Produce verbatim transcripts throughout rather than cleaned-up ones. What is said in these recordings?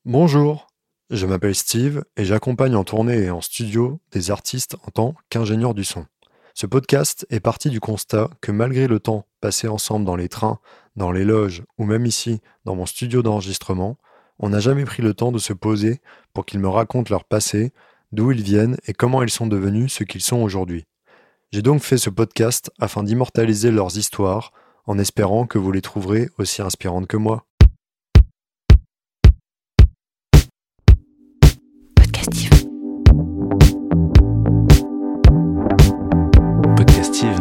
Bonjour, je m'appelle Steve et j'accompagne en tournée et en studio des artistes en tant qu'ingénieur du son. Ce podcast est parti du constat que malgré le temps passé ensemble dans les trains, dans les loges ou même ici dans mon studio d'enregistrement, on n'a jamais pris le temps de se poser pour qu'ils me racontent leur passé, d'où ils viennent et comment ils sont devenus ce qu'ils sont aujourd'hui. J'ai donc fait ce podcast afin d'immortaliser leurs histoires en espérant que vous les trouverez aussi inspirantes que moi. Podcastive. Podcastive.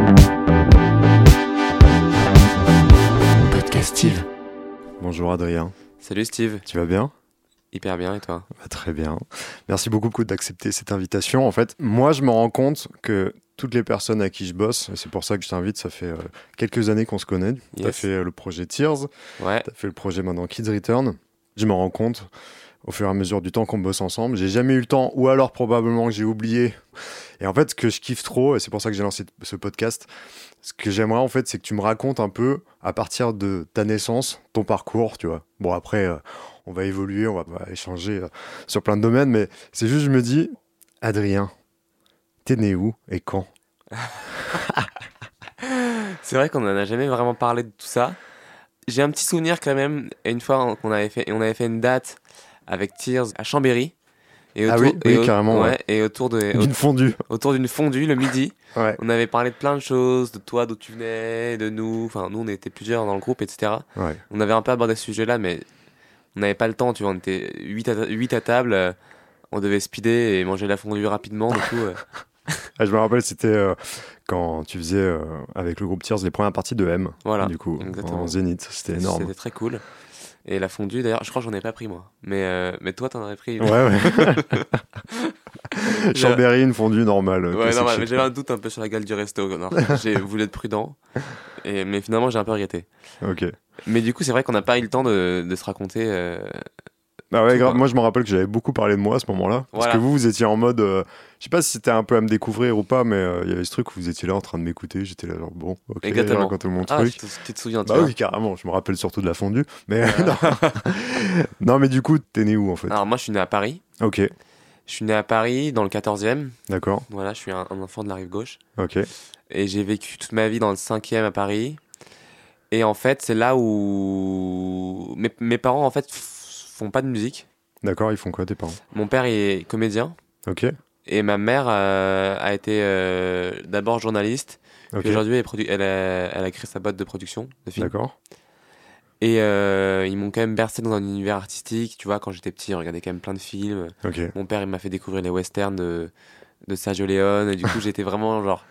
Podcastive. Bonjour Adrien, Salut Steve, tu vas bien ? hyper bien et toi? Bah, très bien. Merci beaucoup d'accepter cette invitation. En fait, moi, je me rends compte que toutes les personnes à qui je bosse, et c'est pour ça que je t'invite, ça fait euh, quelques années qu'on se connaît. Yes. Tu as fait euh, le projet Tears, Ouais, tu as fait le projet maintenant Kids Return. Je me rends compte, au fur et à mesure du temps qu'on bosse ensemble, j'ai jamais eu le temps, ou alors probablement que j'ai oublié. Et en fait, ce que je kiffe trop, et c'est pour ça que j'ai lancé ce podcast, ce que j'aimerais en fait, c'est que tu me racontes un peu, à partir de ta naissance, ton parcours, tu vois. Bon, après, euh, on va évoluer, on va, on va échanger euh, sur plein de domaines, mais c'est juste, je me dis, Adrien, t'es né où et quand ? c'est vrai qu'on n'en a jamais vraiment parlé de tout ça. J'ai un petit souvenir quand même, une fois qu'on avait fait, on avait fait une date avec Tears à Chambéry. Et Ah autour, oui, oui, et au- carrément, ouais, ouais. Et autour de, D'une fondue. autour d'une fondue le midi, Ouais. on avait parlé de plein de choses, de toi, d'où tu venais, de nous. Enfin, nous, on était plusieurs dans le groupe, et cetera. Ouais. On avait un peu abordé ce sujet-là, mais on n'avait pas le temps, tu vois. On était huit à, huit à table, euh, on devait speeder et manger la fondue rapidement, du coup. euh, Ah, je me rappelle, c'était euh, quand tu faisais euh, avec le groupe Tears les premières parties de M, Voilà, du coup, exactement. en Zénith. C'était énorme. C'était très cool. Et la fondue, d'ailleurs, je crois que j'en ai pas pris moi. Mais, euh, mais toi, t'en avais pris une. Ouais, ouais. Chambéry, une fondue normale. Ouais, classique non, chez mais j'avais toi. un doute un peu sur la gueule du resto. Non, j'ai voulu être prudent. Et, mais finalement, j'ai un peu regretté. Ok. Mais du coup, c'est vrai qu'on n'a pas eu le temps de, de se raconter. euh, Ah ouais, Tout, grave. quoi. Moi, je me rappelle que j'avais beaucoup parlé de moi à ce moment-là. Parce Voilà. que vous, vous étiez en mode. euh, je sais pas si c'était un peu à me découvrir ou pas, mais euh, il y avait ce truc où vous étiez là en train de m'écouter. J'étais là, genre, bon, ok, Exactement. racontez mon Ah, truc. tu te, tu te souviens, tu Bah vois. oui, carrément. Je me rappelle surtout de la fondue. Mais non. Non, mais du coup, t'es né où en fait ? Alors, moi, je suis né à Paris. Ok, Je suis né à Paris, dans le quatorzième. d'accord. Voilà, je suis un, un enfant de la rive gauche. Ok. Et j'ai vécu toute ma vie dans le cinquième à Paris. Et en fait, c'est là où mes, mes parents, en fait, f- font pas de musique. D'accord, ils font quoi tes parents ? Mon père est comédien. Ok. Et ma mère euh, a été euh, d'abord journaliste. Ok. Puis aujourd'hui, elle, produ- elle, a, elle a créé sa boîte de production de films. D'accord. Et euh, ils m'ont quand même bercé dans un univers artistique. Tu vois, quand j'étais petit, je regardais quand même plein de films. Ok. Mon père, il m'a fait découvrir les westerns de, de Sergio Leone. Et du coup, j'étais vraiment genre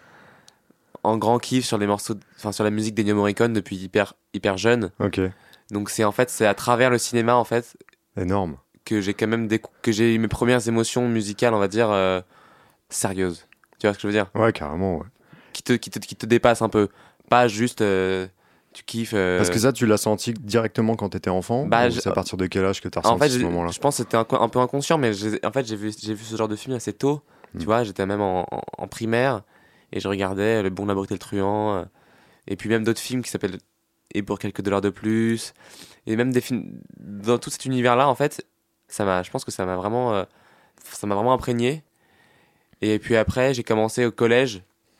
en grand kiff sur les morceaux, de- enfin sur la musique d'Ennio Morricone depuis hyper hyper jeune. Ok. Donc c'est en fait c'est à travers le cinéma en fait Énorme. que j'ai quand même décou- que j'ai eu mes premières émotions musicales, on va dire euh, sérieuses. Tu vois ce que je veux dire? Ouais, carrément, ouais. Qui te qui te qui te dépassent un peu, pas juste euh, tu kiffes. euh, Parce que ça, tu l'as senti directement quand t'étais enfant Bah, ou je- c'est à partir de quel âge que t'as En ressenti fait, ce j'ai- moment-là ? je pense que c'était un, un peu inconscient, mais j'ai- en fait, j'ai vu, j'ai vu ce genre de film assez tôt. Mm. Tu vois, j'étais même en, en- en primaire et je regardais Le Bon, la Brute et le Truand. euh, et puis même d'autres films qui s'appellent Et pour quelques dollars de plus. Et même des films. Dans tout cet univers-là, en fait, ça m'a, je pense que ça m'a vraiment, euh, ça m'a vraiment imprégné. Et puis après, j'ai commencé au collège.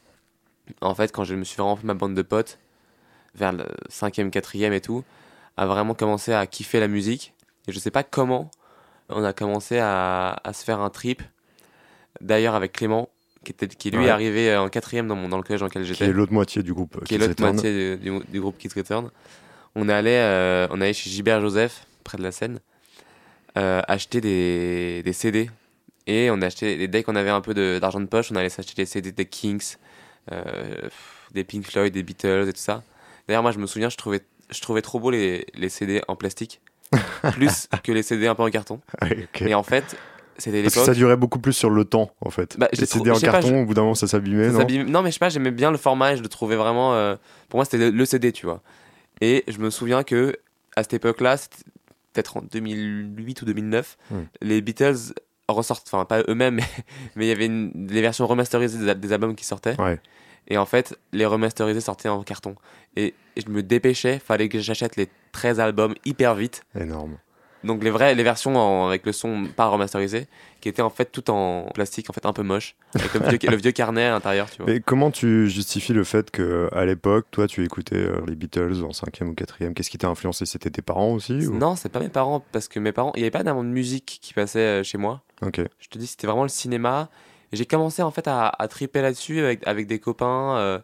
En fait, quand je me suis vraiment fait ma bande de potes, vers le cinquième, quatrième et tout, à vraiment commencer à kiffer la musique. Et je sais pas comment on a commencé à, à se faire un trip. D'ailleurs, avec Clément, qui, était, qui lui Ouais. est arrivé euh, en quatrième dans, mon, dans le collège dans lequel Qui j'étais, est l'autre moitié du groupe. euh, qui est Kids l'autre Return. moitié du, du, du groupe Kids Return. On est allé, euh, on est allé chez Gilbert Joseph, près de la Seine, euh, acheter des, des C D. Et on a acheté, dès qu'on avait un peu de- d'argent de poche, on allait s'acheter des C D des Kings, euh, pff, des Pink Floyd, des Beatles et tout ça. D'ailleurs, moi, je me souviens, je trouvais, je trouvais trop beau les, les C D en plastique, plus que les C D un peu en carton. Ouais, ok. Et en fait, c'était Parce que l'époque. ça durait beaucoup plus sur le temps, en fait. Bah, Les j'ai C D trou- en je sais pas, carton, je- au bout d'un moment, ça s'abîmait, Ça non ? s'abîme- non, mais je sais pas, j'aimais bien le format et je le trouvais vraiment. euh, Pour moi, c'était le, le C D, tu vois. Et je me souviens que à cette époque-là, c'était peut-être en deux mille huit ou deux mille neuf, Hmm. les Beatles ressortent, enfin pas eux-mêmes, mais mais il y avait une, des versions remasterisées des, al- des albums qui sortaient. Ouais. Et en fait, les remasterisés sortaient en carton. Et, et je me dépêchais, fallait que j'achète les treize albums hyper vite. Énorme. donc les vraies, les versions en- avec le son pas remasterisé, qui étaient en fait tout en plastique, en fait un peu moche, avec le vieux, le vieux carnet à l'intérieur, tu vois. Mais comment tu justifies le fait qu'à l'époque, toi, tu écoutais euh, les Beatles en cinquième ou quatrième? Qu'est-ce qui t'a influencé? C'était tes parents aussi ou... Non, c'est pas mes parents, parce que mes parents, il y avait pas d'énormément de musique qui passait euh, chez moi. Ok. Je te dis, c'était vraiment le cinéma. Et j'ai commencé en fait à, à triper là-dessus avec, avec des copains. euh,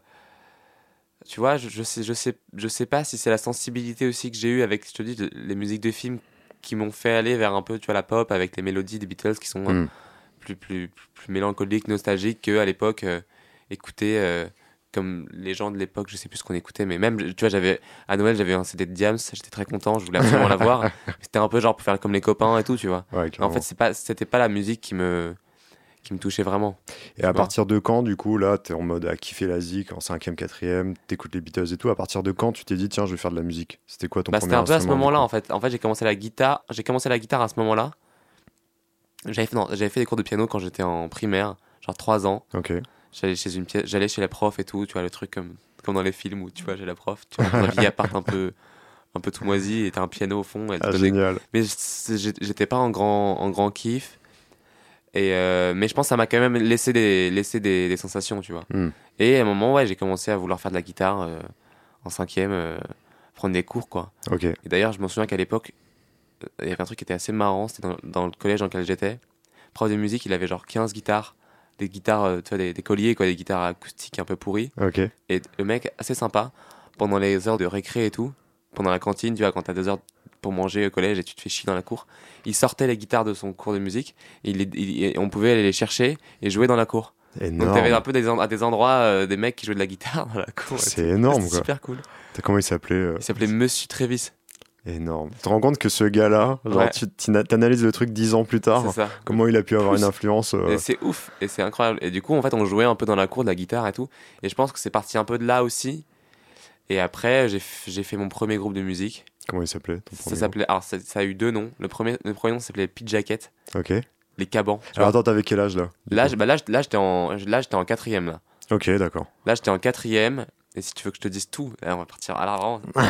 tu vois, je, je sais, je sais, je sais pas si c'est la sensibilité aussi que j'ai eue avec, je te dis, de- les musiques de films qui m'ont fait aller vers un peu, tu vois, la pop avec les mélodies des Beatles qui sont euh, Hmm. plus, plus, plus, plus mélancoliques, nostalgiques qu'à l'époque, euh, écouter euh, comme les gens de l'époque, je sais plus ce qu'on écoutait, mais même, tu vois, j'avais, à Noël, j'avais un C D de Diams, j'étais très content, je voulais absolument l'avoir. C'était un peu genre pour faire comme les copains et tout, tu vois. Ouais, Mais en carrément. fait, c'est pas, c'était pas la musique qui me, qui me touchait vraiment. Et à tu vois. partir de quand, du coup, là, t'es en mode à kiffer la zik en cinquième, quatrième, t'écoutes les Beatles et tout. À partir de quand tu t'es dit, tiens, je vais faire de la musique? C'était quoi ton Bah, premier c'était un peu à ce instrument, du moment-là, coup en fait. En fait, j'ai commencé la guitare, j'ai commencé la guitare à ce moment-là. J'avais fait, non, j'avais fait des cours de piano quand j'étais en primaire, genre trois ans. Ok. J'allais chez une pièce, j'allais chez la prof et tout, tu vois, le truc comme, comme dans les films où tu vois, j'ai la prof, tu vois, dans un vieil appart un peu, un peu tout moisi, et t'as un piano au fond. Elle te Ah, donnait- génial. Mais c'est- j'ai- j'étais pas en grand, en grand kiff. Et euh, mais je pense que ça m'a quand même laissé des, laissé des, des sensations, tu vois. Hmm. Et à un moment, ouais, j'ai commencé à vouloir faire de la guitare euh, en cinquième, euh, prendre des cours, quoi. Ok. Et d'ailleurs, je m'en souviens qu'à l'époque, euh, il y avait un truc qui était assez marrant, c'était dans, dans le collège dans lequel j'étais. Le prof de musique, il avait genre quinze guitares, des guitares, euh, tu vois, des, des colliers, quoi, des guitares acoustiques un peu pourries. Ok. Et le mec, assez sympa, pendant les heures de récré et tout, pendant la cantine, tu vois, quand t'as deux heures pour manger au collège et tu te fais chier dans la cour, il sortait les guitares de son cours de musique, et, il les- il- et on pouvait aller les chercher et jouer dans la cour. Donc Énorme. t'avais un peu des, en- à des endroits euh, des mecs qui jouaient de la guitare dans la cour. et C'est tout. énorme, C'était quoi. super cool. T'as- Comment il s'appelait euh, Il s'appelait Monsieur Trévis. Énorme. Tu te rends compte que ce gars-là, genre, Ouais. tu t'ina- t'analyses le truc dix ans plus tard, C'est ça. comment il a pu avoir Pousse. une influence euh, Et c'est ouf, et c'est incroyable. Et du coup, en fait, on jouait un peu dans la cour de la guitare et tout. Et je pense que c'est parti un peu de là aussi. Et après, j'ai f- j'ai fait mon premier groupe de musique. Comment il s'appelait ton Ça premier s'appelait, alors ça, ça a eu deux noms. Le premier, le premier nom s'appelait Pete Jacket, groupe? Ok. les Cabans. tu Alors vois. attends, t'avais quel âge là du Là, coup j'- bah, là, j'- là, j'étais en, là, j'étais en quatrième. Là, Ok, d'accord. là j'étais en quatrième. Et si tu veux que je te dise tout, là, on va partir. Alors, vraiment.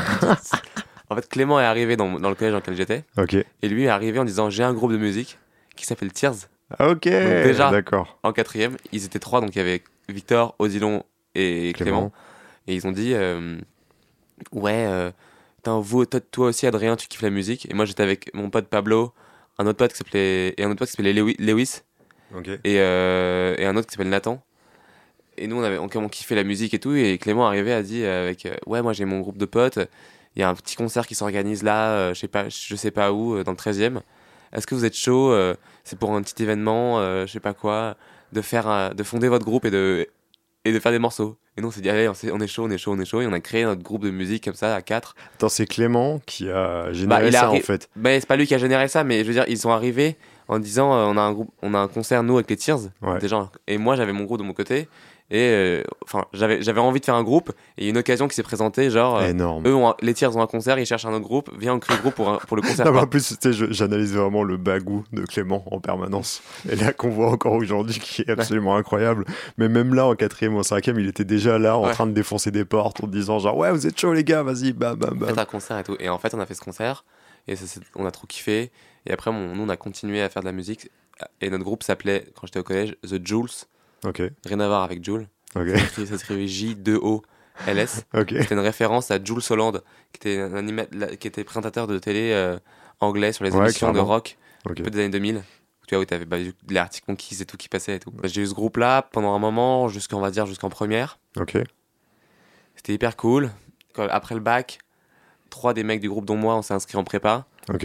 En fait, Clément est arrivé dans, dans le collège dans lequel j'étais. Ok. Et lui est arrivé en disant j'ai un groupe de musique qui s'appelle Tears. Ah, ok. déjà- D'accord. En quatrième, ils étaient trois, donc il y avait Victor, Odilon et Clément. Clément. Et ils ont dit euh, ouais, euh, putain, vous, toi, toi aussi Adrien, tu kiffes la musique. Et moi j'étais avec mon pote Pablo, un autre pote qui s'appelait et un autre pote qui s'appelait Lewi- Lewis Ok. et, euh, et un autre qui s'appelle Nathan. Et nous on avait on, on kiffait la musique et tout. Et Clément arrivait a dit euh, avec euh, ouais, moi j'ai mon groupe de potes. Il y a un petit concert qui s'organise là, euh, je sais pas, je sais pas où, euh, dans le treizième. Est-ce que vous êtes chaud euh, C'est pour un petit événement, euh, je sais pas quoi, de faire, un- de fonder votre groupe et de et de faire des morceaux. Et nous on s'est dit allez, on, s'est- on est chaud, on est chaud, on est chaud. Et on a créé notre groupe de musique comme ça à quatre. Attends, c'est Clément qui a généré Bah, il ça arri- en fait. Mais c'est pas lui qui a généré ça, mais je veux dire, ils sont arrivés en disant euh, on a un groupe, on a un concert nous avec les Tears, Ouais. déjà. Et moi j'avais mon groupe de mon côté. Et euh, enfin, j'avais j'avais envie de faire un groupe. Et il y a une occasion qui s'est présentée, genre euh, Énorme. eux, ont un- les Tears ont un concert, ils cherchent un autre groupe, viens on crée le groupe pour, un- pour le concert. Non, mais quoi. en plus, tu sais, je- j'analyse vraiment le bagou de Clément en permanence. Et là, qu'on voit encore aujourd'hui, qui est absolument incroyable. Mais même là, en quatrième ou en cinquième, il était déjà là, en Ouais. train de défoncer des portes, en disant genre, ouais, vous êtes chaud, les gars, vas-y, bam, bam, Faites bam. un concert et tout. Et en fait, on a fait ce concert et ça, c'est- on a trop kiffé. Et après, on- nous, on a continué à faire de la musique. Et notre groupe s'appelait, quand j'étais au collège, The Jules. Ok, Rien à voir avec Jules. ok, Ça s'écrivait J deux O L S. ok. C'était une référence à Jules Holland, qui était, un anima- la- qui était présentateur de télé euh, anglais sur les Ouais, émissions de clairement. rock, Ok. un peu des années deux mille. Tu vois, où t'avais bah, du- les Arctic Monkeys et tout qui passait et tout. Bah, j'ai eu ce groupe-là pendant un moment, jusqu'en, on va dire, jusqu'en première. Ok. C'était hyper cool. Quand- après le bac, trois des mecs du groupe, dont moi, on s'est inscrits en prépa. Ok.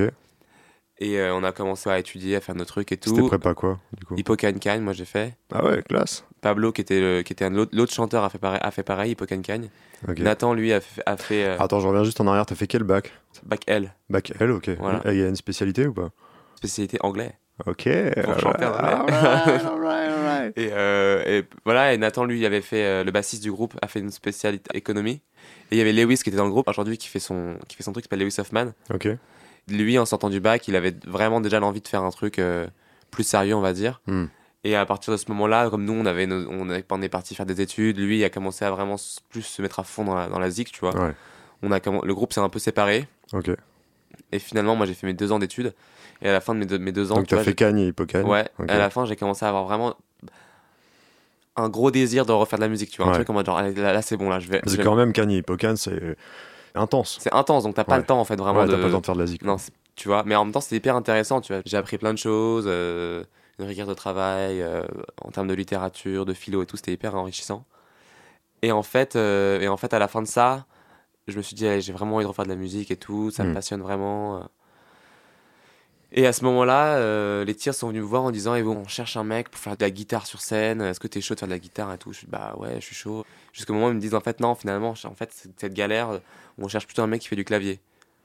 Et euh, on a commencé à étudier, à faire nos trucs et C'était tout. prépa quoi, du coup? Hippocagne-Cagne, moi j'ai fait. Ah ouais, classe. Pablo, qui était, le- qui était un, l'autre, l'autre chanteur, a fait pareil, a fait pareil Hippocagne-Cagne. Ok. Nathan, lui, a fait, a fait euh, Attends, je reviens juste en arrière, t'as fait quel bac? bac L, Bac L, ok. Voilà. Il y a une spécialité ou pas? spécialité anglais. Ok. Pour chanter en anglais. alright, alright, alright. Et, euh, et voilà, et Nathan, lui, il avait fait, euh, le bassiste du groupe, a fait une spécialité économie. Et il y avait Lewis qui était dans le groupe aujourd'hui, qui fait son, qui fait son truc, qui s'appelle Lewis Hoffman. Ok. Lui, en sortant du bac, il avait vraiment déjà l'envie de faire un truc euh, plus sérieux, on va dire. Hmm. Et à partir de ce moment-là, comme nous, on, avait nos- on, est, on est parti faire des études, lui, il a commencé à vraiment s- plus se mettre à fond dans la, dans la zik, tu vois. Ouais. On a, commen- le groupe s'est un peu séparé. Ok. Et finalement, moi, j'ai fait mes deux ans d'études. Et à la fin de mes deux, mes deux ans, Donc, tu t'as vois, fait j'ai- Cannes et Hippocane. ouais, Ok. à la fin, j'ai commencé à avoir vraiment un gros désir de refaire de la musique, tu vois. Un Ouais. truc en mode genre, allez, là, là, c'est bon, là, je vais. Parce que j'aime- quand même, Cannes et Hippocane, c'est intense. C'est intense, donc t'as pas Ouais. le temps, en fait, vraiment Ouais, de. t'as pas le temps de faire de la zik. Non, quoi. c'est- tu vois. Mais en même temps, c'était hyper intéressant, tu vois. J'ai appris plein de choses, euh, une rigueur de travail, euh, en termes de littérature, de philo et tout, c'était hyper enrichissant. Et en fait, euh, et en fait, à la fin de ça, je me suis dit, allez, j'ai vraiment envie de refaire de la musique et tout, ça me Hmm. passionne vraiment. Et à ce moment-là, euh, les tirs sont venus me voir en disant, eh bon, on cherche un mec pour faire de la guitare sur scène, est-ce que t'es chaud de faire de la guitare et tout? Je suis bah ouais, je suis chaud. Jusqu'au moment où ils me disent, en fait, non, finalement, en fait, c'est cette galère où on cherche plutôt un mec qui fait du clavier.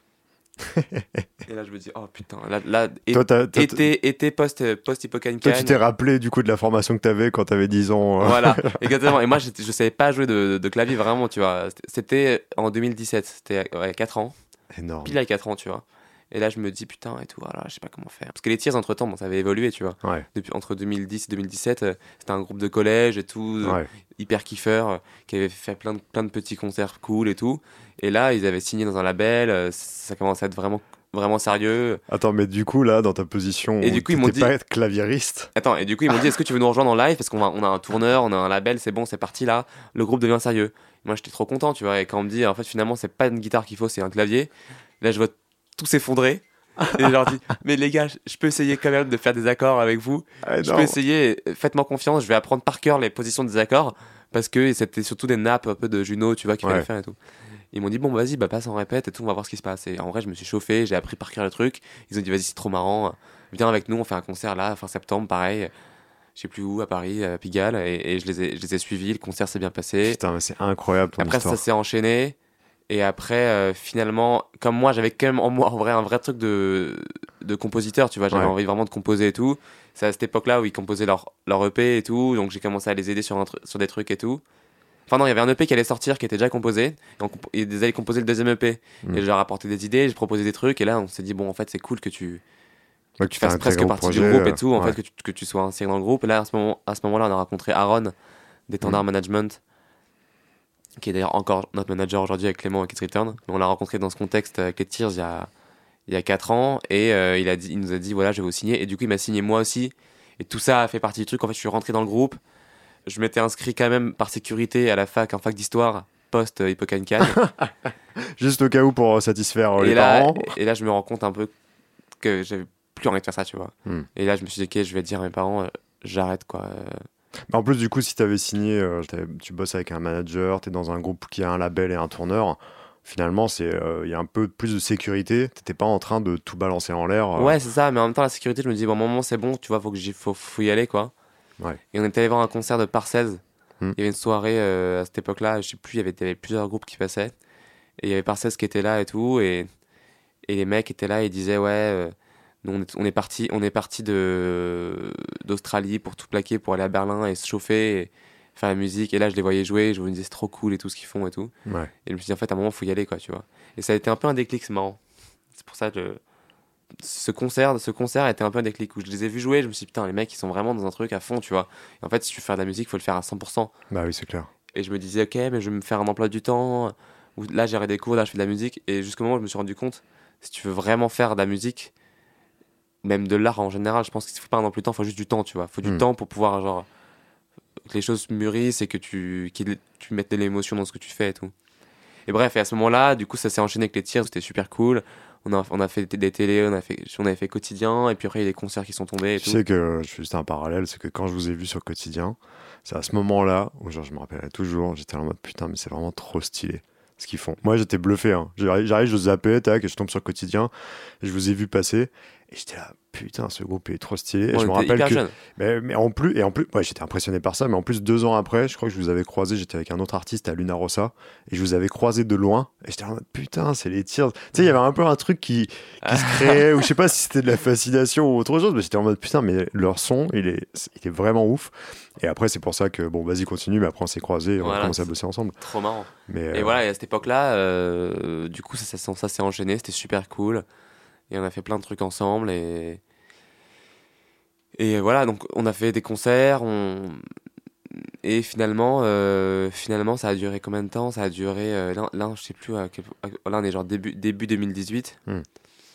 Et là, je me dis, oh putain, là, là é- Toi, t'as- t'as- été, été post, post Hippocane toi, tu t'es Cannes. rappelé du coup de la formation que t'avais quand t'avais dix ans. euh. Voilà, exactement. Et moi, j'étais- je savais pas jouer de, de clavier vraiment, tu vois. C'était en deux mille dix-sept, c'était ouais, quatre ans, Énorme. pile à quatre ans, tu vois. Et là, je me dis, putain, et tout, voilà, je sais pas comment faire. Parce que les tirs, entre temps, bon, ça avait évolué, tu vois. Ouais. Depuis, entre deux mille dix et deux mille dix-sept, euh, c'était un groupe de collège et tout, euh, Ouais. hyper kiffeur, euh, qui avait fait plein de, plein de petits concerts cool et tout. Et là, ils avaient signé dans un label, euh, ça commençait à être vraiment, vraiment sérieux. Attends, mais du coup, là, dans ta position, Et où du coup, ils m'ont t'étais dit- pas être claviériste. Attends, et du coup, ils m'ont dit, est-ce que tu veux nous rejoindre en live? Parce qu'on a, on a un tourneur, on a un label, c'est bon, c'est parti là. Le groupe devient sérieux. Moi, j'étais trop content, tu vois. Et quand on me dit, en fait, finalement, c'est pas une guitare qu'il faut, c'est un clavier. Là, je vois tout s'effondrer. Et je leur dis, mais les gars, je peux essayer quand même de faire des accords avec vous. Ah, Je non. peux essayer, faites-moi confiance, je vais apprendre par cœur les positions des accords. Parce que c'était surtout des nappes un peu de Juno, tu vois, qu'il Ouais. fallait faire et tout. Ils m'ont dit, bon, vas-y, bah, passe en répète et tout, on va voir ce qui se passe. Et en vrai, je me suis chauffé, j'ai appris par cœur le truc. Ils ont dit, vas-y, c'est trop marrant, viens avec nous, on fait un concert là, fin septembre, pareil. Je sais plus où, à Paris, à Pigalle. Et, et je, les ai, je les ai suivis, le concert s'est bien passé. Putain, mais c'est incroyable ton Après, histoire. ça s'est enchaîné. Et après, euh, finalement, comme moi, j'avais quand même en moi, en vrai, un vrai truc de, de compositeur, tu vois. J'avais Ouais. envie vraiment de composer et tout. C'est à cette époque-là où ils composaient leur, leur E P et tout. Donc, j'ai commencé à les aider sur, un tru- sur des trucs et tout. Enfin, non, il y avait un E P qui allait sortir, qui était déjà composé. Et on comp- ils allaient composer le deuxième E P. Mm. Et je leur apportais des idées, je proposais des trucs. Et là, on s'est dit, bon, en fait, c'est cool que tu, Ouais, tu t'es fasses presque intégré au partie projet, du groupe euh, et tout. En ouais. fait, que tu, que tu sois inséré dans le groupe. Et là, à ce, moment, à ce moment-là, on a rencontré Aaron d'Étendard Mm. Management, qui est d'ailleurs encore notre manager aujourd'hui avec Clément et Kids Return. On l'a rencontré dans ce contexte avec les Tears il y a, il y a quatre ans et euh, il, a dit, il nous a dit voilà, je vais vous signer. Et du coup, il m'a signé moi aussi. Et tout ça a fait partie du truc. En fait, je suis rentré dans le groupe. Je m'étais inscrit quand même par sécurité à la fac, en fac d'histoire, post Hippocane Cannes. Juste au cas où pour satisfaire euh, et, les là, parents. et là, je me rends compte un peu que j'avais plus envie de faire ça, tu vois. Hmm. Et là, je me suis dit, ok, je vais dire à mes parents, euh, j'arrête quoi. Euh, Mais en plus, du coup, si t'avais signé, euh, t'avais- tu bosses avec un manager, t'es dans un groupe qui a un label et un tourneur, finalement, c'est, euh, il y a un peu plus de sécurité. T'étais pas en train de tout balancer en l'air. euh. Ouais, c'est ça, mais en même temps, la sécurité, je me dis, bon, à un moment, c'est bon, tu vois, faut, que j'y, faut, faut y aller, quoi. Ouais. Et on était allé voir un concert de Parcells. Hmm. Il y avait une soirée euh, à cette époque-là, je sais plus, il y avait, il y avait plusieurs groupes qui passaient. Et il y avait Parcells qui était là et tout. Et, et les mecs étaient là et disaient, ouais, euh, nous, on est, on est parti, on est parti de, d'Australie pour tout plaquer, pour aller à Berlin et se chauffer et faire la musique. Et là, je les voyais jouer, je me disais, c'est trop cool et tout ce qu'ils font et tout. Ouais. Et je me suis dit, en fait, à un moment, faut y aller, quoi, tu vois. Et ça a été un peu un déclic, c'est marrant. C'est pour ça que je- ce concert, ce concert a été un peu un déclic où je les ai vus jouer. Je me suis dit, putain, les mecs, ils sont vraiment dans un truc à fond, tu vois. Et en fait, si tu veux faire de la musique, faut le faire à cent pour cent. Bah oui, c'est clair. Et je me disais, ok, mais je vais me faire un emploi du temps. Où là, j'ai des cours, là, je fais de la musique. Et jusqu'au moment où je me suis rendu compte, si tu veux vraiment faire de la musique, même de l'art en général, je pense qu'il ne faut pas un emploi du temps, il faut juste du temps, tu vois. Il faut du Mm. temps pour pouvoir, genre, que les choses mûrissent et que tu, qu'il- tu mettes de l'émotion dans ce que tu fais et tout. Et bref, et à ce moment-là, du coup, ça s'est enchaîné avec les tirs, c'était super cool. On a, on a fait des télés, on, a fait, on avait fait quotidien, et puis après, il y a des concerts qui sont tombés et Tu tout. sais que je fais juste un parallèle, c'est que quand je vous ai vu sur Quotidien, c'est à ce moment-là où genre, je me rappellerai toujours, j'étais en mode putain, mais c'est vraiment trop stylé ce qu'ils font. Moi, j'étais bluffé. Hein. J'arrive, j'arrive, je zappais, tac, et je tombe sur Quotidien, et je vous ai vu passer, et j'étais là, putain, ce groupe est trop stylé. Et Bon, je me on était rappelle hyper que. jeunes. Mais, mais en plus, et en plus, ouais, j'étais impressionné par ça, mais en plus, deux ans après, je crois que je vous avais croisé, j'étais avec un autre artiste à Luna Rossa, et je vous avais croisé de loin, et j'étais en mode putain, c'est les tirs. Tu sais, il y avait un peu un truc qui, qui se créait, ou je sais pas si c'était de la fascination ou autre chose, mais j'étais en mode putain, mais leur son, il est, il est vraiment ouf. Et après, c'est pour ça que, bon, vas-y, continue, mais après, on s'est croisés, et on a Voilà, commencé à c'est- bosser ensemble. Trop marrant. Mais, Et euh, voilà, et à cette époque-là, euh, du coup, ça, ça, ça, ça s'est enchaîné, c'était super cool. Et on a fait plein de trucs ensemble. Et, et voilà, donc on a fait des concerts. On... Et finalement, euh, finalement, ça a duré combien de temps? Ça a duré, euh, là, là, je sais plus, à quel... là, on est genre début, début deux mille dix-huit. Hmm.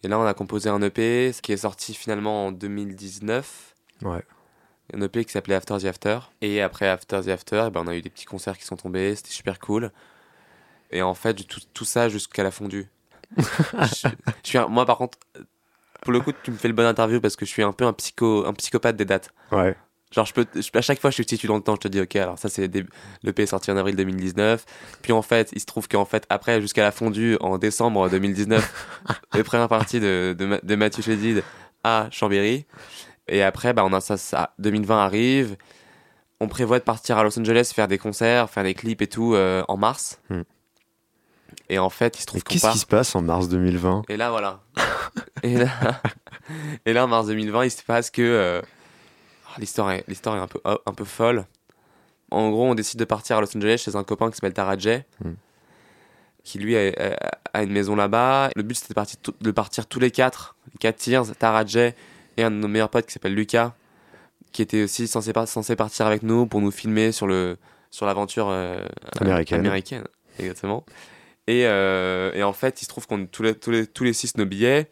Et là, on a composé un E P, ce qui est sorti finalement en deux mille dix-neuf. Ouais. Un E P qui s'appelait After the After. Et après After the After, eh ben, on a eu des petits concerts qui sont tombés, c'était super cool. Et en fait, tout, tout ça jusqu'à la fondue. je, je suis un, moi, par contre, pour le coup, tu me fais le bon interview parce que je suis un peu un, psycho, un psychopathe des dates. Ouais. Genre, je peux, je, à chaque fois, je suis situé dans le temps, je te dis, ok, alors ça, c'est début, l'E P est sorti en avril deux mille dix-neuf. Puis en fait, il se trouve qu'en fait, après, jusqu'à la fondue en décembre deux mille dix-neuf, les premières parties de, de, de Mathieu Chédid à Chambéry. Et après, bah, on a ça, ça, deux mille vingt arrive. On prévoit de partir à Los Angeles, faire des concerts, faire des clips et tout euh, en mars. Hmm. Et en fait, il se trouve et qu'on qu'est-ce part... qui se passe en mars deux mille vingt ? Et là, voilà. et, là... et là, en mars deux mille vingt, il se passe que... Euh... L'histoire est, l'histoire est un peu, un peu folle. En gros, on décide de partir à Los Angeles chez un copain qui s'appelle Tarajay, mm. qui lui a, a, a une maison là-bas. Le but, c'était de partir, de partir tous les quatre, les quatre tiers, Tarajay et un de nos meilleurs potes qui s'appelle Lucas, qui était aussi censé, censé partir avec nous pour nous filmer sur, le, sur l'aventure euh, américaine. américaine. Exactement. Et, euh, et en fait, il se trouve qu'on a tous les, tous les, tous les six nos billets.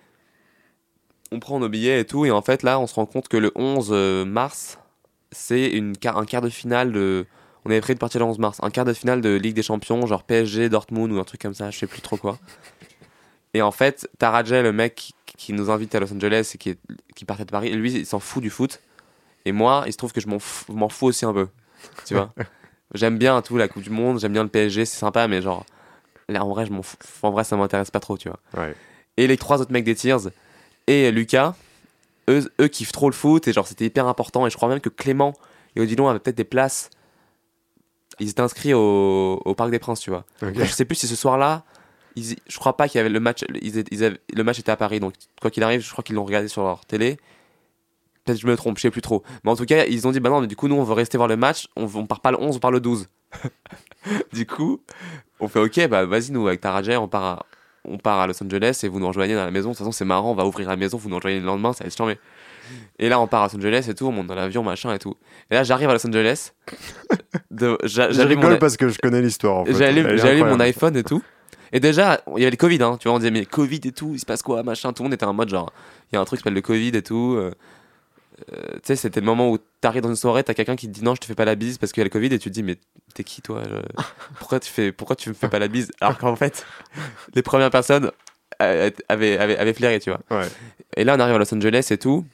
On prend nos billets et tout, et en fait là on se rend compte que le onze mars c'est une, un quart de finale de... On avait prévu de partir le onze mars, un quart de finale de Ligue des Champions, genre P S G, Dortmund ou un truc comme ça, je sais plus trop quoi. Et en fait, Tarajay, le mec qui, qui nous invite à Los Angeles et qui, est, qui partait de Paris, lui il s'en fout du foot, et moi il se trouve que je m'en, f- m'en fous aussi un peu, tu vois. J'aime bien tout, la Coupe du Monde, j'aime bien le P S G, c'est sympa, mais genre là en vrai, je m'en fous. En vrai ça m'intéresse pas trop, tu vois. Ouais. Et les trois autres mecs des Tears et Lucas, eux, eux kiffent trop le foot et genre c'était hyper important, et je crois même que Clément et Odilon avaient peut-être des places, ils étaient inscrits au, au Parc des Princes, tu vois. Okay. Je sais plus si ce soir-là, ils, je crois pas qu'il y avait le match, ils, ils avaient, le match était à Paris, donc quoi qu'il arrive, je crois qu'ils l'ont regardé sur leur télé. Peut-être que je me trompe, je sais plus trop. Mais en tout cas, ils ont dit bah non, mais du coup nous on veut rester voir le match, on, on part pas le onze, on part le douze. Du coup, on fait ok, bah vas-y, nous avec Tarajay, on part à on part à Los Angeles et vous nous rejoignez dans la maison. De toute façon, c'est marrant, on va ouvrir la maison, vous nous rejoignez le lendemain, ça va être charmé. Et là, on part à Los Angeles et tout, on monte dans l'avion, machin et tout. Et là, j'arrive à Los Angeles. De, j'a, je rigole mon... parce que je connais l'histoire. En fait. J'allume, j'allume mon iPhone et tout. Et déjà, il y avait le Covid, hein, tu vois, on disait, mais Covid et tout, il se passe quoi, machin. Tout le monde était en mode genre, il y a un truc qui s'appelle le Covid et tout. Euh, euh, tu sais, c'était le moment où t'arrives dans une soirée, t'as quelqu'un qui te dit non, je te fais pas la bise parce qu'il y a le Covid, et tu te dis, mais t'es qui toi je... pourquoi, tu fais... pourquoi tu me fais pas la bise? Alors qu'en fait, les premières personnes avait, avait, avait flairé, tu vois. Ouais. Et là, on arrive à Los Angeles et tout.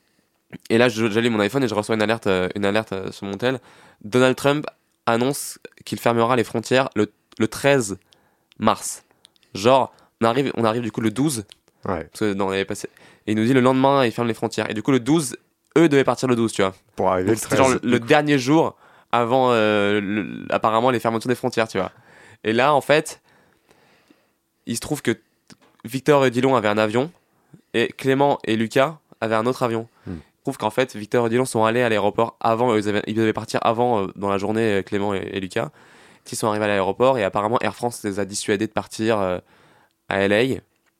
Et là, j'allume mon iPhone et je reçois une alerte, une alerte sur mon tel. Donald Trump annonce qu'il fermera les frontières le, le treize mars. Genre, on arrive, on arrive du coup le douze. Ouais. Parce que, non, on avait passé. Et il nous dit le lendemain, il ferme les frontières. Et du coup, le douze, eux devaient partir le douze, tu vois. Pour arriver donc, le treize. Genre le, le dernier jour avant, euh, le, apparemment, les fermetures des frontières, tu vois. Et là, en fait, il se trouve que Victor et Odilon avaient un avion et Clément et Lucas avaient un autre avion. Hmm. Il se trouve qu'en fait, Victor et Odilon sont allés à l'aéroport avant, ils, avaient, ils devaient partir avant euh, dans la journée, Clément et, et Lucas. Ils sont arrivés à l'aéroport et apparemment Air France les a dissuadés de partir euh, à L A. Et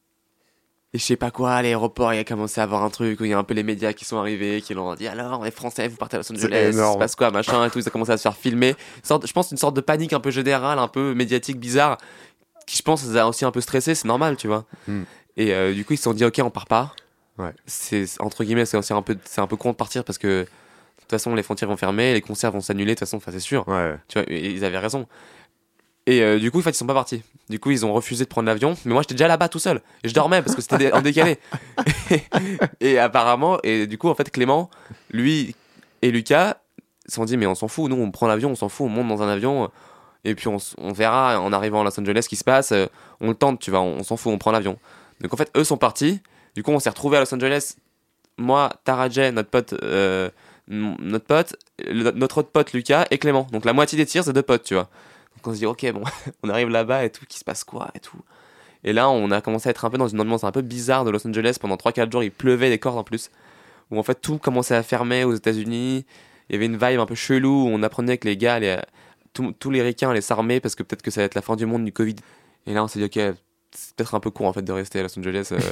je sais pas quoi, à l'aéroport, il a commencé à avoir un truc où il y a un peu les médias qui sont arrivés, qui leur ont dit alors, les Français, vous partez à Los Angeles, il se passe quoi, machin et tout. Ils ont commencé à se faire filmer. Sorte, je pense une sorte de panique un peu générale, un peu médiatique, bizarre, qui je pense les a aussi un peu stressés, c'est normal, tu vois. Mm. Et euh, du coup, ils se sont dit ok, on part pas. Ouais. C'est, entre guillemets, c'est aussi un peu, c'est un peu con de partir parce que de toute façon, les frontières vont fermer, les concerts vont s'annuler, de toute façon, c'est sûr. Ouais. Tu vois, ils avaient raison. Et euh, du coup, en fait, ils sont pas partis. Du coup, ils ont refusé de prendre l'avion. Mais moi, j'étais déjà là-bas tout seul. Et je dormais parce que c'était en décalé. et, et apparemment, et du coup, en fait, Clément, lui et Lucas se sont dit, mais on s'en fout. Nous, on prend l'avion, on s'en fout. On monte dans un avion. Et puis, on, on verra en arrivant à Los Angeles ce qui se passe. On le tente, tu vois. On, on s'en fout, on prend l'avion. Donc, en fait, eux sont partis. Du coup, on s'est retrouvés à Los Angeles. Moi, Tarajay, notre pote, euh, notre pote, le, notre autre pote, Lucas et Clément. Donc, la moitié des tirs, c'est deux potes, tu vois. Donc on se dit ok, bon, on arrive là-bas et tout, qu'il se passe quoi et tout. Et là on a commencé à être un peu dans une ambiance un peu bizarre de Los Angeles. Pendant trois quatre jours il pleuvait des cordes en plus, où en fait tout commençait à fermer aux États-Unis. Il y avait une vibe un peu chelou où on apprenait que les gars, les, tous les ricains allaient s'armer parce que peut-être que ça va être la fin du monde du Covid. Et là on s'est dit ok, c'est peut-être un peu court en fait de rester à Los Angeles. euh...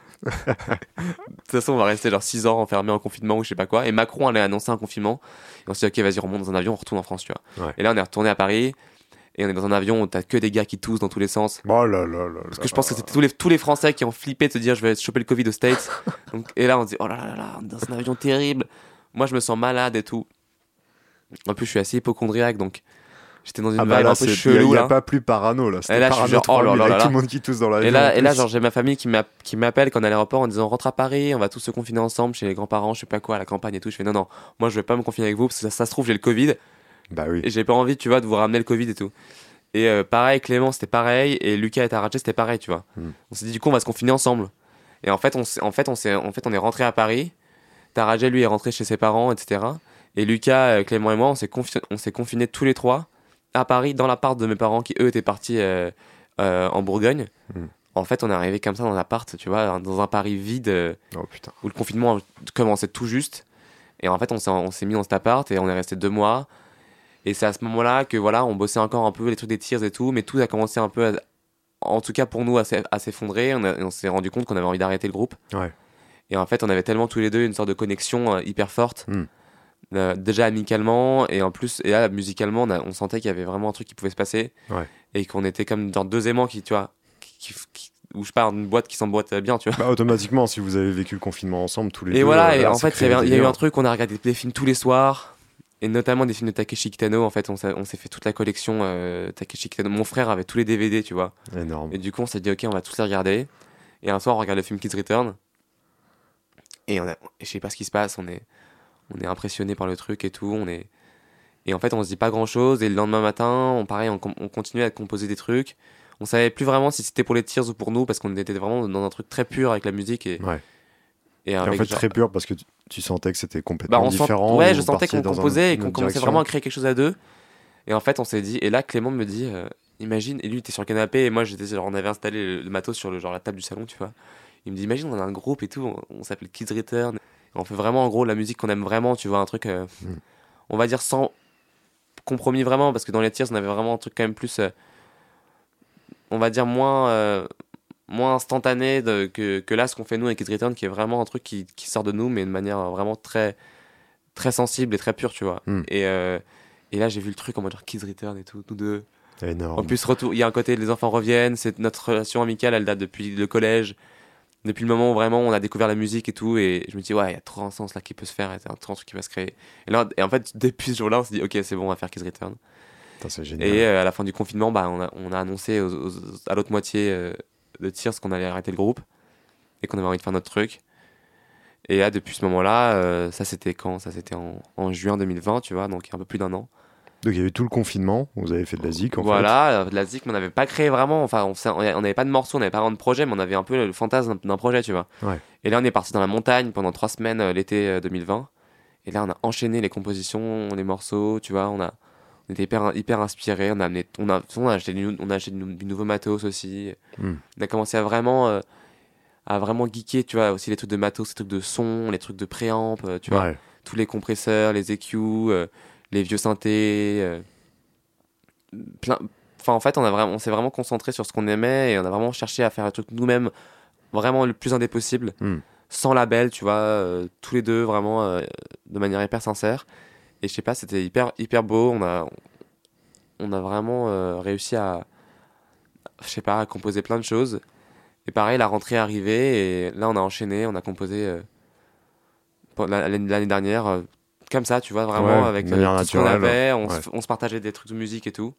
de toute façon on va rester genre six ans enfermés en confinement ou je sais pas quoi. Et Macron allait annoncer un confinement. Et on s'est dit ok, vas-y, on remonte dans un avion, on retourne en France, tu vois. Ouais. Et là on est retourné à Paris. Et on est dans un avion où t'as que des gars qui toussent dans tous les sens. Oh là là là. Parce que je pense que c'était tous les, tous les Français qui ont flippé de se dire je vais choper le Covid aux States. Donc, et là, on se dit oh là là là, on est dans un avion terrible. Moi, je me sens malade et tout. En plus, je suis assez hypochondriaque, donc j'étais dans une Ah vibe bah là, un peu il chelou. n'y a, là. pas plus parano là. C'était Et là, je suis parano genre, oh là trois mille, là avec là tout le là. monde qui tousse dans l'avion. Et là, en et là plus. genre, j'ai ma famille qui m'a- qui m'appelle quand on est à l'aéroport en disant rentre à Paris, on va tous se confiner ensemble chez les grands-parents, je sais pas quoi, à la campagne et tout. Je fais non, non, moi je vais pas me confiner avec vous parce que ça, ça se trouve, j'ai le Covid Bah oui. et j'ai pas envie, tu vois, de vous ramener le Covid et tout. Et euh, pareil, Clément, c'était pareil, et Lucas et Taraché, c'était pareil, tu vois. Hmm. On s'est dit, du coup, on va se confiner ensemble. Et en fait, on, s'est- en fait, on, s'est- en fait, on est rentré à Paris. Tarajé, lui, est rentré chez ses parents, et cetera. Et Lucas, euh, Clément et moi, on s'est, confi- on s'est confinés tous les trois à Paris, dans l'appart de mes parents, qui eux étaient partis euh, euh, en Bourgogne. Hmm. En fait, on est arrivé comme ça dans l'appart, tu vois, dans un Paris vide, euh, Oh putain. où le confinement commençait tout juste. Et en fait, on s'est, on s'est mis dans cet appart, et on est resté deux mois. Et c'est à ce moment-là que voilà, on bossait encore un peu les trucs des tirs et tout, mais tout a commencé un peu, à- en tout cas pour nous, à, s'e- à s'effondrer. On, a- on s'est rendu compte qu'on avait envie d'arrêter le groupe. Ouais. Et en fait, on avait tellement tous les deux une sorte de connexion euh, hyper forte, Mm. euh, déjà amicalement, et en plus, et là, musicalement, on, a- on sentait qu'il y avait vraiment un truc qui pouvait se passer. Ouais. Et qu'on était comme dans deux aimants qui, tu vois, qui, qui- où je pars d'une boîte qui s'emboîte bien, tu vois. Bah automatiquement, si vous avez vécu le confinement ensemble tous les Et deux. voilà, euh, et là, en ça fait, il crée y, avait un- un il y a eu délire. un truc, on a regardé des films tous les soirs, et notamment des films de Takeshi Kitano. En fait, on s'est, on s'est fait toute la collection euh, Takeshi Kitano. Mon frère avait tous les D V D, tu vois. Énorme. Et du coup, on s'est dit, ok, on va tous les regarder. Et un soir, on regarde le film Kids Return. Et on a, et je sais pas ce qui se passe, on est, on est impressionné par le truc et tout. On est, et en fait, on se dit pas grand chose. Et le lendemain matin, on, pareil, on, com- on continuait à composer des trucs. On savait plus vraiment si c'était pour les Tears ou pour nous, parce qu'on était vraiment dans un truc très pur avec la musique. Et, Ouais. et Et en avec fait, genre- très pur parce que tu, tu sentais que c'était bah, complètement on sent- différent. ouais, ou je vous sentais partiez qu'on dans un- composait et une qu'on autre commençait direction. vraiment à créer quelque chose à deux. Et en fait, on s'est dit, et là, Clément me dit, euh, imagine, et lui, il était sur le canapé, et moi, j'étais, genre, on avait installé le, le matos sur le, genre, la table du salon, tu vois. Il me dit, imagine, on a un groupe et tout, on, on s'appelle Kids Return. Et on fait vraiment, en gros, la musique qu'on aime vraiment, tu vois, un truc, euh, Mm. on va dire, sans compromis vraiment, parce que dans les tiers, on avait vraiment un truc quand même plus, euh, on va dire, moins, euh, moins instantané de, que, que là, ce qu'on fait nous avec Kids Return, qui est vraiment un truc qui, qui sort de nous, mais de manière euh, vraiment très, très sensible et très pure, tu vois. Mm. Et, euh, et là, j'ai vu le truc en mode genre Kids Return et tout, nous deux. Énorme. En plus, retour, il y a un côté, les enfants reviennent, c'est notre relation amicale, elle date depuis le collège, depuis le moment où vraiment on a découvert la musique et tout, et je me dis, ouais, il y a trop un sens là qui peut se faire, il y a trop un truc qui va se créer. Et, là, et en fait, depuis ce jour-là, on s'est dit, ok, c'est bon, on va faire Kids Return. Putain, c'est génial. Et euh, à la fin du confinement, bah, on, a, on a annoncé aux- aux- à l'autre moitié euh, de Tears qu'on allait arrêter le groupe, et qu'on avait envie de faire notre truc. Et là, depuis ce moment-là, euh, ça c'était quand? Ça c'était en, en juin deux mille vingt, tu vois, donc un peu plus d'un an. Donc il y a eu tout le confinement, vous avez fait de la zik en Voilà, euh, de la zik, mais on n'avait pas créé vraiment. Enfin, on s'est- on n'avait pas de morceaux, on n'avait pas vraiment de projet, mais on avait un peu le fantasme d'un- d'un projet, tu vois. Ouais. Et là, on est parti dans la montagne pendant trois semaines euh, l'été euh, deux mille vingt. Et là, on a enchaîné les compositions, les morceaux, tu vois. On, a, on était hyper, hyper inspirés. On a, amené, on, a, on a acheté, du, on a acheté du, du nouveau matos aussi. Hmm. On a commencé à vraiment, euh, à vraiment geeker, tu vois. Aussi les trucs de matos, les trucs de son, les trucs de préamp, euh, tu vois. Ouais. Tous les compresseurs, les E Q, euh, les vieux synthés. euh, plein... Enfin, en fait, on, a vraiment, on s'est vraiment concentré sur ce qu'on aimait et on a vraiment cherché à faire un truc nous-mêmes, vraiment le plus indé possible, Hmm. sans label, tu vois, euh, tous les deux, vraiment euh, de manière hyper sincère. Et je sais pas, c'était hyper, hyper beau. On a, on a vraiment euh, réussi à, je sais pas, à composer plein de choses. Et pareil, la rentrée est arrivée et là, on a enchaîné, on a composé euh, pour la- l'année l'année dernière, euh, comme ça, tu vois, vraiment, Ouais, avec de manière euh, tout ce qu'on naturelle, avait. On, ouais. se, on se partageait des trucs de musique et tout.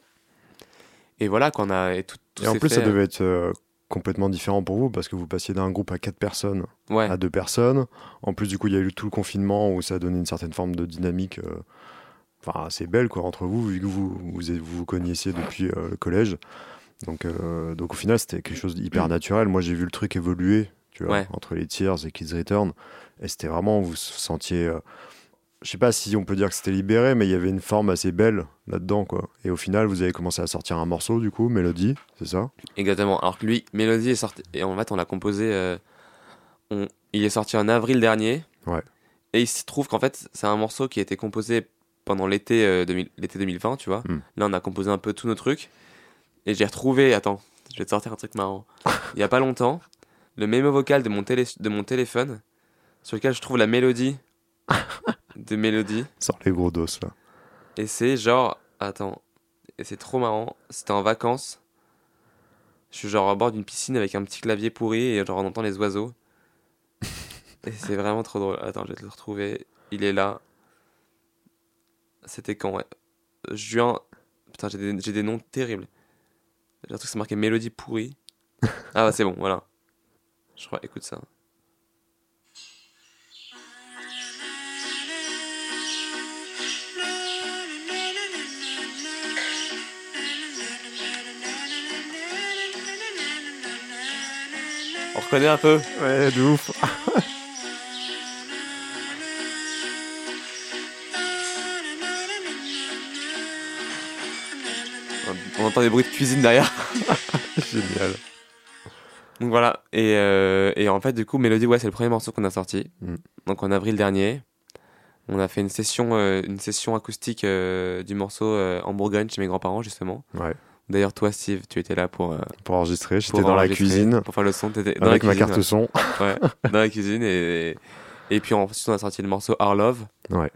Et voilà, qu'on a. Et, tout, tout Et en s'est plus, fait, ça devait être euh, complètement différent pour vous parce que vous passiez d'un groupe à quatre personnes euh, ouais. à deux personnes. En plus, du coup, il y a eu tout le confinement où ça a donné une certaine forme de dynamique euh, enfin, assez belle quoi, entre vous, vu que vous vous, êtes- vous, vous connaissiez depuis euh, le collège. Donc, euh, donc, au final, c'était quelque chose d'hyper naturel. Moi, j'ai vu le truc évoluer tu vois, Ouais. entre les Tears et Kids Return. Et c'était vraiment, vous sentiez. Euh, je sais pas si on peut dire que c'était libéré, mais il y avait une forme assez belle là-dedans, quoi. Et au final, vous avez commencé à sortir un morceau, du coup, Mélodie, c'est ça? Exactement. Alors que lui, Mélodie est sorti. Et en fait, on l'a composé. euh, on- Il est sorti en avril dernier. Ouais. Et il se trouve qu'en fait, c'est un morceau qui a été composé pendant l'été euh, deux mille l'été deux mille vingt, tu vois. Mm. Là, on a composé un peu tous nos trucs. Et j'ai retrouvé. Attends, je vais te sortir un truc marrant. Il y a pas longtemps, le mémo vocal de mon, télé... de mon téléphone, sur lequel je trouve la mélodie de Mélodie. Sors les gros dos, là. Et c'est genre. Attends. et c'est trop marrant. C'était en vacances. Je suis genre à bord d'une piscine avec un petit clavier pourri et genre on entend les oiseaux. Et c'est vraiment trop drôle. Attends, je vais te le retrouver. Il est là. C'était quand, ouais. Juin. Putain, j'ai des, j'ai des noms terribles. J'ai un truc, c'est marqué mélodie pourrie. Ah bah c'est bon, voilà. Je crois, écoute ça. On reconnaît un peu. Ouais, de ouf. On entend des bruits de cuisine derrière. Génial. Donc voilà. Et, euh, et en fait, du coup, Mélodie, ouais, c'est le premier morceau qu'on a sorti. Mm. Donc en avril dernier. On a fait une session, euh, une session acoustique euh, du morceau euh, en Bourgogne chez mes grands-parents, justement. Ouais. D'ailleurs, toi, Steve, tu étais là pour. Euh, Pour enregistrer, j'étais pour dans la enregistrer, cuisine. Pour faire le son, t'étais dans Avec la ma cuisine. carte ouais. son. Ouais, dans la cuisine. Et, et puis ensuite, on a sorti le morceau Our Love. Ouais.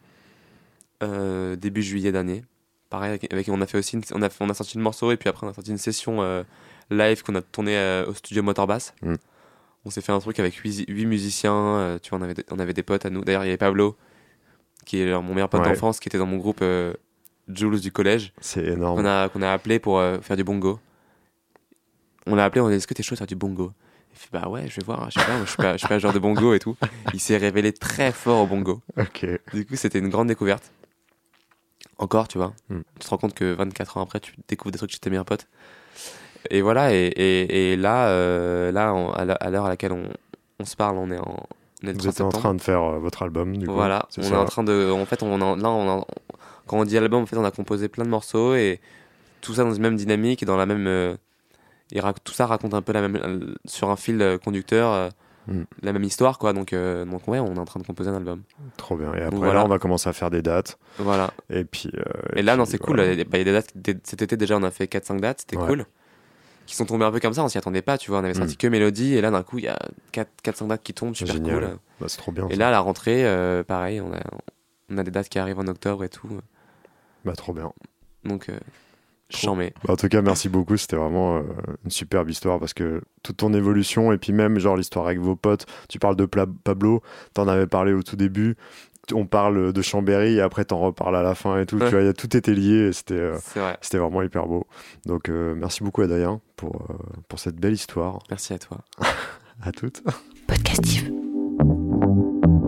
Euh, début juillet dernier. Pareil, avec, avec- on a fait aussi, une- on a, on a sorti le morceau et puis après on a sorti une session euh, live qu'on a tournée euh, au studio Motorbass. Mm. On s'est fait un truc avec huit musiciens, euh, tu vois, on avait, des- on avait des potes à nous. D'ailleurs, il y avait Pablo, qui est genre mon meilleur pote Ouais. d'enfance, qui était dans mon groupe euh, Jules du collège, C'est énorme. qu'on a, qu'on a appelé pour euh, faire du bongo. On l'a appelé, on a dit, est-ce que t'es chaud de faire du bongo? Il fait, bah ouais, je vais voir, je sais pas, moi, je suis pas, je suis pas un joueur de bongo et tout. Il s'est révélé très fort au bongo. Ok. Du coup, c'était une grande découverte. Encore, tu vois. Mm. Tu te rends compte que vingt-quatre ans après, tu découvres des trucs chez tes meilleurs potes. Et voilà, et, et, et là, euh, là on- à l'heure à l'heure à laquelle on, on se parle, on est en, on est le Vous trente êtes en septembre. train de faire euh, votre album, du coup. Voilà, c'est on ça. est en train de. En fait, on a, là, on a- quand on dit album, en fait, on a composé plein de morceaux et tout ça dans une même dynamique et dans la même. euh, et rac- tout ça raconte un peu la même. euh, sur un fil euh, conducteur, euh, Mm. la même histoire, quoi. Donc, euh, donc, ouais, on est en train de composer un album. Trop bien. Et après, voilà. là, on va commencer à faire des dates. Voilà. Et puis. euh, Et là, puis, non, c'est cool. voilà. Il y a bah, il y a des dates. des- cet été, déjà, on a fait quatre cinq dates. C'était Ouais. cool. Qui sont tombées un peu comme ça. On s'y attendait pas, tu vois. On avait sorti Mm. que Mélodie. Et là, d'un coup, il y a quatre cinq dates qui tombent. Super Génial. cool. Bah, c'est trop bien. Et ça. là, à la rentrée, euh, pareil, on a, on a des dates qui arrivent en octobre et tout. Bah, trop bien. Donc, euh, Trop. j'en mets. Bah, en tout cas, merci beaucoup. C'était vraiment euh, une superbe histoire parce que toute ton évolution et puis même genre l'histoire avec vos potes. Tu parles de Pla- Pablo, t'en avais parlé au tout début. On parle de Chambéry et après t'en reparles à la fin et tout. Ouais. Tu vois, y a, tout était lié et c'était euh, C'est vrai. c'était vraiment hyper beau. Donc euh, merci beaucoup Adrien pour euh, pour cette belle histoire. Merci à toi. À toutes. Podcastive.